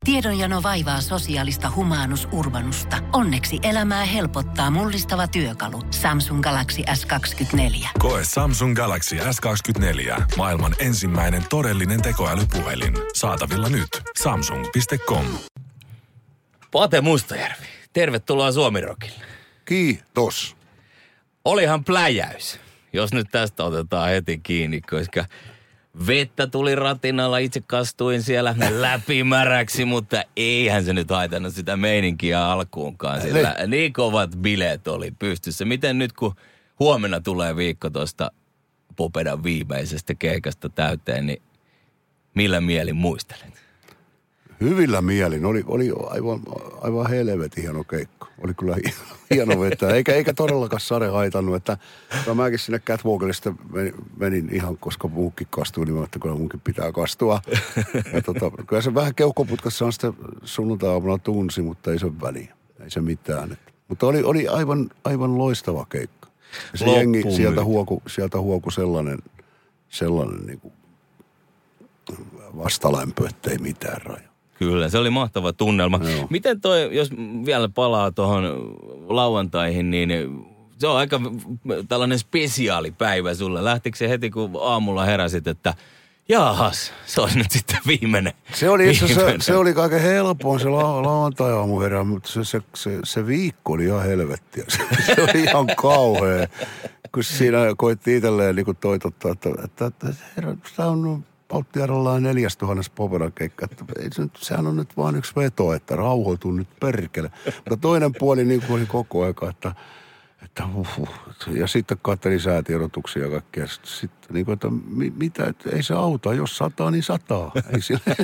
Tiedonjano vaivaa sosiaalista humanus urbanusta. Onneksi elämää helpottaa mullistava työkalu. Samsung Galaxy S24. Koe Samsung Galaxy S24. Maailman ensimmäinen todellinen tekoälypuhelin. Saatavilla nyt. Samsung.com. Pate Mustajärvi, tervetuloa Suomirokille. Kiitos. Olihan pläjäys, jos nyt tästä otetaan heti kiinni, koska vettä tuli ratinalla, itse kastuin siellä läpimäräksi, mutta eihän se nyt haitannut sitä meininkiä alkuunkaan, sillä niin kovat bileet oli pystyssä. Miten nyt, kun huomenna tulee viikko tuosta Popedan viimeisestä keikasta täyteen, niin millä mielin muistelet? Hyvillä mielin. Oli aivan helvetin hieno keikka. Oli kyllä hieno vetää. Eikä todellakaan sade haitannut, että mäkin sinne Catwalkerista menin ihan, koska muukin kastui, niin että kyllä munkin pitää kastua. Ja kyllä se vähän keuhkoputkassa on sitä sunnuntai-aamuna tunsi, mutta ei se ole väliä. Ei se mitään. Mutta oli aivan loistava keikka. Ja se jengi sieltä huoku sellainen niin kuin vastalämpö, ettei mitään raja. Kyllä, se oli mahtava tunnelma. Joo. Miten jos vielä palaa tuohon lauantaihin, niin se on aika tällainen spesiaalipäivä sulle. Lähtikö se heti, kun aamulla heräsit, että jaahas, se olisi nyt sitten viimeinen. Se oli kaiken helpoin se lauantai-aamu herää, mutta se viikko oli ihan helvettiä. Se oli ihan kauhea, kun siinä koitti itselleen niin toitottaa, että herra, tämä on Pauttiaralla 4000 Popedan keikka. Sehän on nyt vaan yksi veto, että rauhoituu nyt perkele. Mutta toinen puoli niin kuin oli koko aika, että ja sitten katselin säätiedotuksia ja kaikkea. Sitten niin kuin, että mitä, että ei se auta, jos sataa, niin sataa. Ei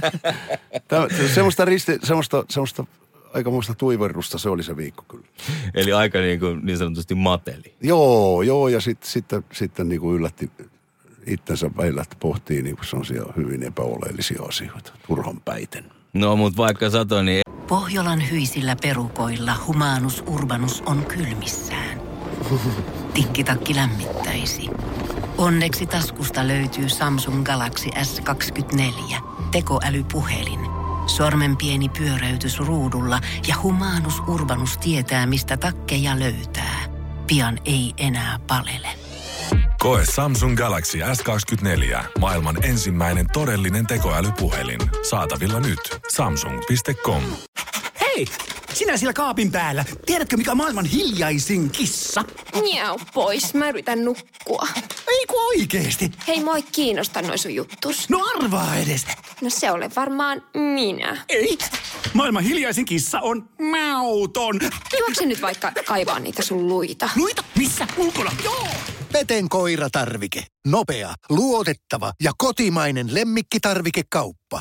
semmoista aikamoista tuiverrusta se oli se viikko kyllä. Eli aika niin sanotusti mateli. Joo, ja sitten niin kuin yllätti itsensä välillä, että pohtii niin kuin sellaisia hyvin epäoleellisia asioita, turhan päiten. No, mutta vaikka sato, niin Pohjolan hyisillä perukoilla humanus urbanus on kylmissään. Tikkitakki lämmittäisi. Onneksi taskusta löytyy Samsung Galaxy S24. Tekoälypuhelin. Sormen pieni pyöräytys ruudulla ja humanus urbanus tietää, mistä takkeja löytää. Pian ei enää palele. Koe Samsung Galaxy S24. Maailman ensimmäinen todellinen tekoälypuhelin. Saatavilla nyt. Samsung.com. Hei! Sinä siellä kaapin päällä. Tiedätkö, mikä on maailman hiljaisin kissa? Miau pois, mä yritän nukkua. Ei kun oikeesti. Hei, moi kiinnosta noi sun juttus. No arvaa edes. No se ole varmaan minä. Ei. Maailman hiljaisin kissa on mauton. Juokse nyt vaikka kaivaa niitä sun luita. Luita? Missä? Ulkona? Joo! Peten koiratarvike. Nopea, luotettava ja kotimainen lemmikkitarvikekauppa.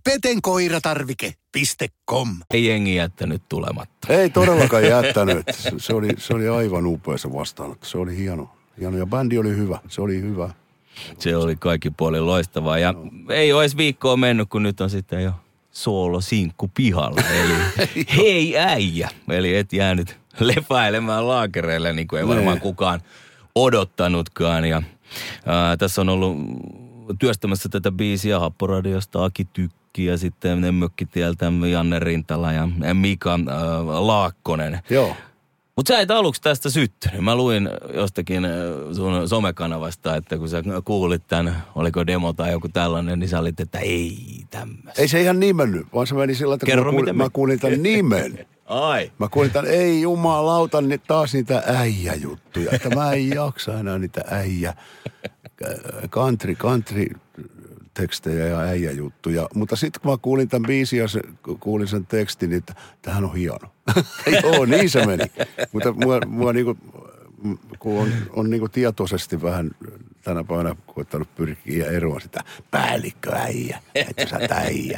petenkoiratarvike.com. ei jengi jättänyt tulematta. Ei todellakaan jättänyt. Se oli aivan upea se vastaanotto. Se oli hieno. Ja bändi oli hyvä. Se oli hyvä. Se oli kaikki puolin loistavaa. Ja ei ole edes viikkoa mennyt, kun nyt on sitten jo soolosinkku pihalla. Eli hei äijä. Eli et jäänyt lepäilemään laakereille, niin kuin ei varmaan kukaan odottanutkaan. Ja tässä on ollut työstämässä tätä biisiä Happoradiosta Aki Tykki ja sitten Mökkitieltä Janne Rintala ja Mika Laakkonen. Joo. Mutta sä et aluksi tästä syttynyt. Mä luin jostakin sun somekanavasta, että kun sä kuulit tämän, oliko demo tai joku tällainen, niin sä olit, että ei tämmöistä. Ei se ihan nimennyt, vaan se meni sillä, että mä kuulin tämän nimen. Ai. Mä kuulin tämän, ei jumalauta, niin taas niitä äijäjuttuja. Että mä en jaksa enää niitä country tekstejä ja äijäjuttuja. Mutta sitten kun mä kuulin tämän biisin ja kuulin sen tekstin, niin tämähän on hieno. Joo, niin se meni. Mutta mua niinku, kun on niinku tietoisesti vähän tänä päivänä koettanut pyrkiä eroa sitä päällikköäijä, että sä äijä.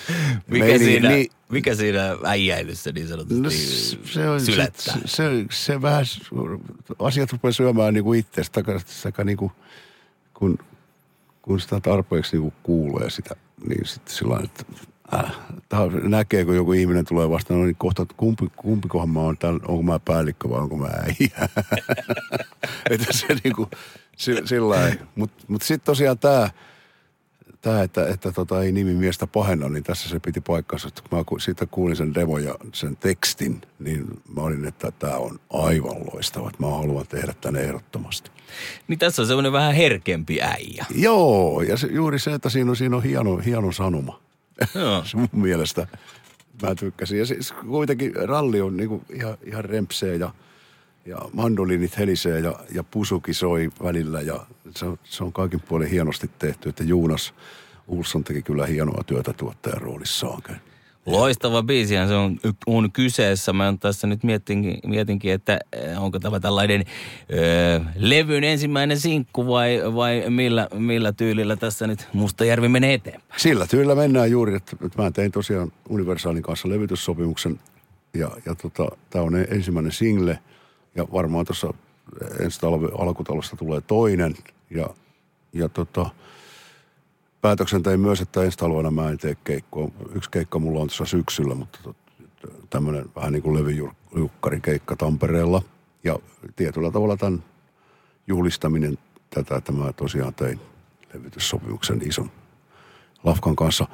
Mikä siinä äijäilyssä niin sanotusti sylättää? Se vähän, asiat rupeaa syömään niinku itsestä, sekä niinku, kun sitä tarpeeksi niinku kuulee sitä, niin sitten sillain, että näkee, kun joku ihminen tulee vastaan, no niin kohta, että kumpikohan mä oon, onko mä päällikkö vai onko mä äijä. Että se niinku, sillain. Mutta sitten tosiaan että ei nimi miestä pahenna, niin tässä se piti paikkansa. Kun mä sitten kuulin sen demon ja sen tekstin, niin mä olin, että tämä on aivan loistava. Että mä haluan tehdä tänne ehdottomasti. Niin tässä on semmoinen vähän herkempi äijä. Joo, ja juuri se, että siinä on hieno sanoma. Joo. Se mun mielestä mä tykkäsin. Ja siis kuitenkin ralli on niinku ihan rempsee ja mandolinit helisee ja pusuki soi välillä ja se on kaikin puolin hienosti tehty, että Jonas Olsson teki kyllä hienoa työtä tuottajan roolissaan. Loistava biisihän se on kyseessä. Mä tässä nyt mietinkin, että onko tämä tällainen levyn ensimmäinen sinkku vai millä tyylillä tässä nyt Mustajärvi menee eteenpäin? Sillä tyylillä mennään juuri, että mä tein tosiaan Universalin kanssa levytyssopimuksen ja tämä on ensimmäinen single ja varmaan tuossa ensi alkutalosta tulee toinen ja päätöksen tein myös, että ensi talvena mä en tee keikkoa. Yksi keikka mulla on tuossa syksyllä, mutta tämmöinen vähän niin kuin levyjukkarikeikka Tampereella. Ja tietyllä tavalla tämän juhlistaminen että mä tosiaan tein levytyssopimuksen ison Lafkan kanssa.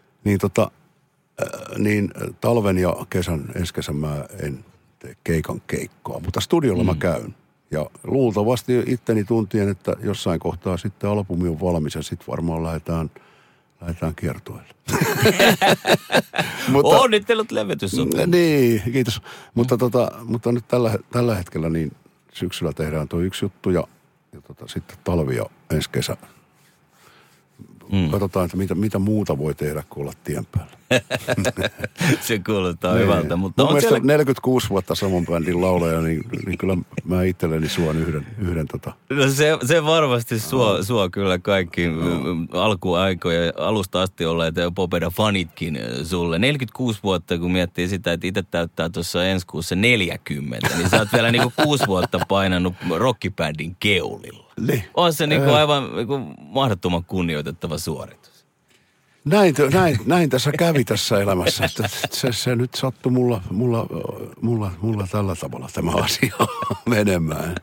Niin talven ja ensi kesän mä en tee keikkaa, mutta studiolla mä käyn. Ja luultavasti itteni tuntien, että jossain kohtaa sitten albumi on valmis ja sitten varmaan lähdetään kiertueelle. Onnittelut levytyssopimus. Niin, kiitos. Mutta nyt tällä hetkellä niin syksyllä tehdään tuo yksi juttu ja sitten talvi ja ensi kesä. Katsotaan, että mitä muuta voi tehdä kuin olla tien päällä. Se kuulostaa hyvältä. Mutta mun mielestä 46 vuotta saman bändin laulaja, niin kyllä mä itselleni suon yhden No se varmasti suo kyllä kaikki alkuaikoja alusta asti olleet Popeda-fanitkin sulle. 46 vuotta, kun miettii sitä, että itse täyttää tuossa ensi kuussa 40, niin sä oot vielä niinku 6 vuotta painanut rockibändin keulilla. Niin. On se niinku aivan niinku mahdottoman kunnioitettava suoritus. Näin tässä kävi tässä elämässä, että se nyt sattui mulla tällä tavalla tämä asia menemään.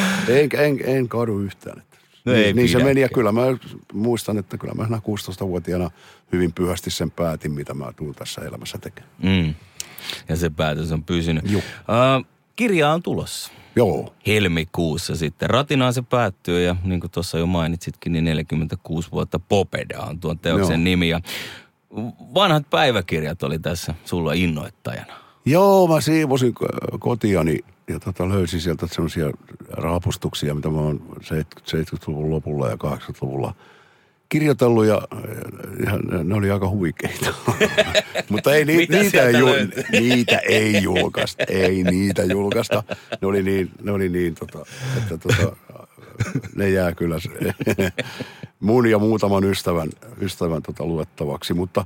En kadu yhtään. No niin se meni ja kyllä mä muistan, että kyllä mä 16-vuotiaana hyvin pyhästi sen päätin, mitä mä tuun tässä elämässä tekemään. Ja se päätös on pysynyt. Kirja on tulossa. Joo. Helmikuussa sitten. Ratinaan se päättyy ja niin kuin tuossa jo mainitsitkin, niin 46 vuotta Popeda on tuon teoksen nimi. Ja vanhat päiväkirjat oli tässä sulla innoittajana. Joo, mä siivosin kotiani ja löysin sieltä sellaisia raapustuksia, mitä mä oon 70-luvun lopulla ja 80-luvulla kirjoitellut ja ne oli aika huikeita. Mutta ei niitä ei julkaista. Ei niitä julkaista. Ne oli niin että ne jää kyllä mun ja muutaman ystävän luettavaksi, mutta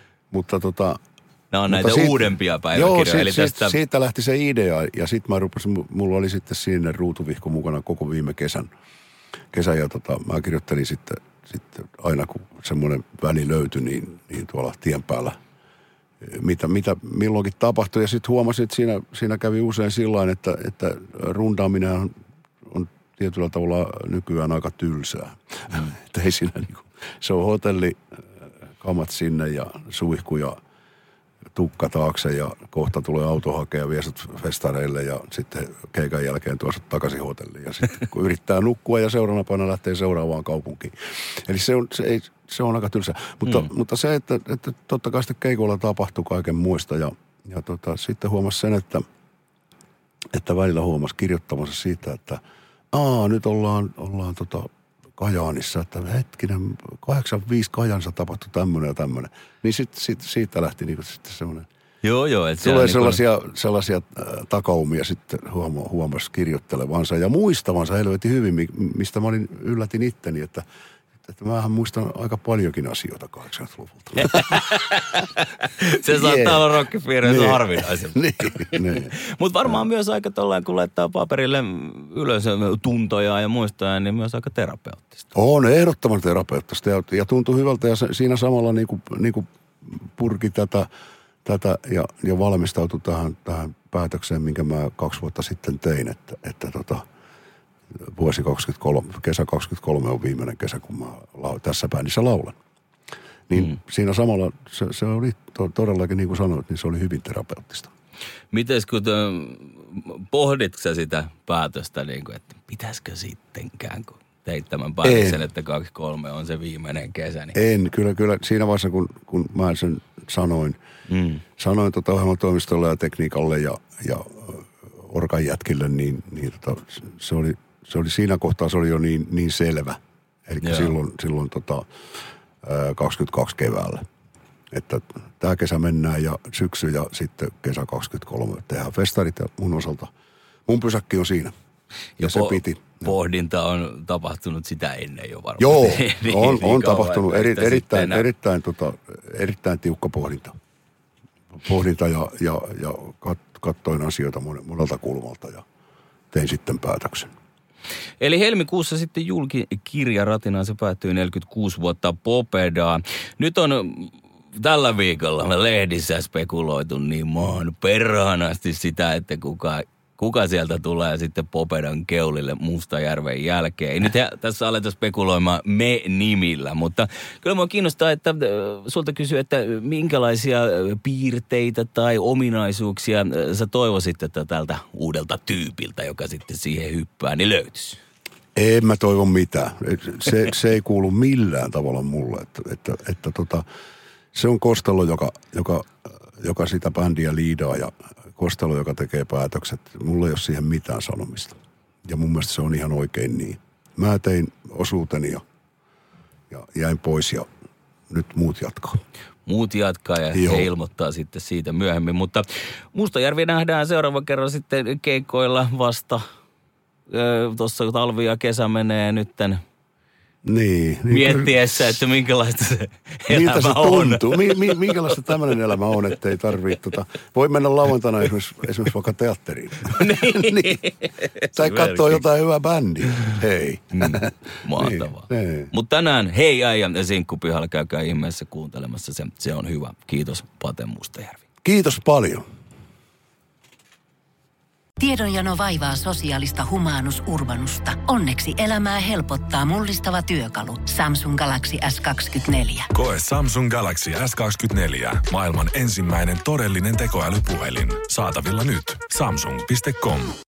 nämä on näitä uudempia päiväkirjoja. Joo, siitä lähti se idea ja sitten mä rupesin, mulla oli sitten siinä ruutuvihko mukana koko viime kesän ja mä kirjoittelin sitten aina kun semmoinen väli löytyi, niin tuolla tien päällä, mitä milloinkin tapahtui. Ja sitten huomasin, että siinä kävi usein sillain, että rundaaminen on tietyllä tavalla nykyään aika tylsää. Että ei siinä se on hotelli, kamat sinne ja suihku ja tukka taakse ja kohta tulee auto hakea ja vie sut festareille ja sitten keikan jälkeen tuo sut takaisin hotelliin. Ja sitten kun yrittää nukkua ja seuraavana päivänä lähtee seuraavaan kaupunkiin. Eli se on aika tylsä. Mutta se, että totta kai sitten keikoilla tapahtuu kaiken muista ja sitten huomasi sen, että välillä huomasi kirjoittamassa siitä, että nyt ollaan Kajaanissa, että hetkinen, 85 Kajansa tapahtui tämmöinen ja tämmöinen. Niin siitä lähti niinku sitten semmoinen. Joo. Että tulee sellaisia takaumia sitten huomasi kirjoittelevansa ja muistavansa helvetin hyvin, mistä mä yllätin itteni, että mähän muistan aika paljonkin asioita 80-luvulta. Se saattaa olla rockipiireissä harvinaisempaa. Niin. Mutta varmaan myös aika tollain, kun laittaa paperille ylös tuntoja ja muistoja, niin myös aika terapeuttista. On ehdottoman terapeuttista ja tuntui hyvältä ja siinä samalla niinku purki tätä ja valmistautui tähän päätökseen, minkä mä 2 vuotta sitten tein, että vuosi 23, kesä 23 on viimeinen kesä, kun mä tässä bändissä laulan. Niin siinä samalla se oli todellakin, niin kuin sanoit, niin se oli hyvin terapeuttista. Mites kun pohditko sä sitä päätöstä, niin kuin, että pitäisikö sittenkään, kun teit tämän päätöksen, että 2-3 on se viimeinen kesä? Niin... En, kyllä siinä vaiheessa, kun mä sen sanoin ohjelmatoimistolle ja tekniikalle ja Orkan jätkille, niin se oli siinä kohtaa se oli jo niin selvä. Eli silloin 22 keväällä. Että tämä kesä mennään ja syksy ja sitten kesä 23 tehdään festarit ja mun osalta. Mun pysäkki on siinä. Ja se piti. Pohdinta on tapahtunut sitä ennen jo varmaan. Joo, on tapahtunut erittäin tiukka pohdinta. Pohdinta ja katsoin asioita monelta kulmalta ja tein sitten päätöksen. Eli helmikuussa sitten julkikirja Ratinaan, se päättyy 46 vuotta Popedaa. Nyt on tällä viikolla lehdissä spekuloitu niin maan perhanasti sitä, että kuka sieltä tulee sitten Popedan keulille Mustajärven jälkeen. Ei nyt tässä aleta spekuloimaan me-nimillä, mutta kyllä minua kiinnostaa, että sulta kysyy, että minkälaisia piirteitä tai ominaisuuksia sä toivoisit, että tältä uudelta tyypiltä, joka sitten siihen hyppää, niin löytyisi? En mä toivon mitään. Se ei kuulu millään tavalla mulle, että se on Kostelo, joka sitä bändiä liidaa ja Kostelo, joka tekee päätökset. Mulla ei ole siihen mitään sanomista. Ja mun mielestä se on ihan oikein niin. Mä tein osuuteni ja jäin pois ja nyt muut jatkaa. Muut jatkaa ja he ilmoittaa sitten siitä myöhemmin. Mutta Mustajärvi nähdään seuraavan kerran sitten keikoilla vasta. Tuossa talvi ja kesä menee nytten. Niin. Miettiessä, että minkälaista se elämä miltä se on. tuntuu? Minkälaista tämmöinen elämä on, että ei tarvitse voi mennä lauantaina esimerkiksi vaikka teatteriin. Niin. Tai katsoa jotain hyvää bändiä. Hei. Mahtavaa. Niin. Mutta tänään hei äijä ja Sinkkupihalla, käykää ihmeessä kuuntelemassa se on hyvä. Kiitos Pate Mustajärvi. Kiitos paljon. Tiedonjano vaivaa sosiaalista humanus urbanusta. Onneksi elämää helpottaa mullistava työkalu. Samsung Galaxy S24. Koe Samsung Galaxy S24. Maailman ensimmäinen todellinen tekoälypuhelin. Saatavilla nyt. Samsung.com.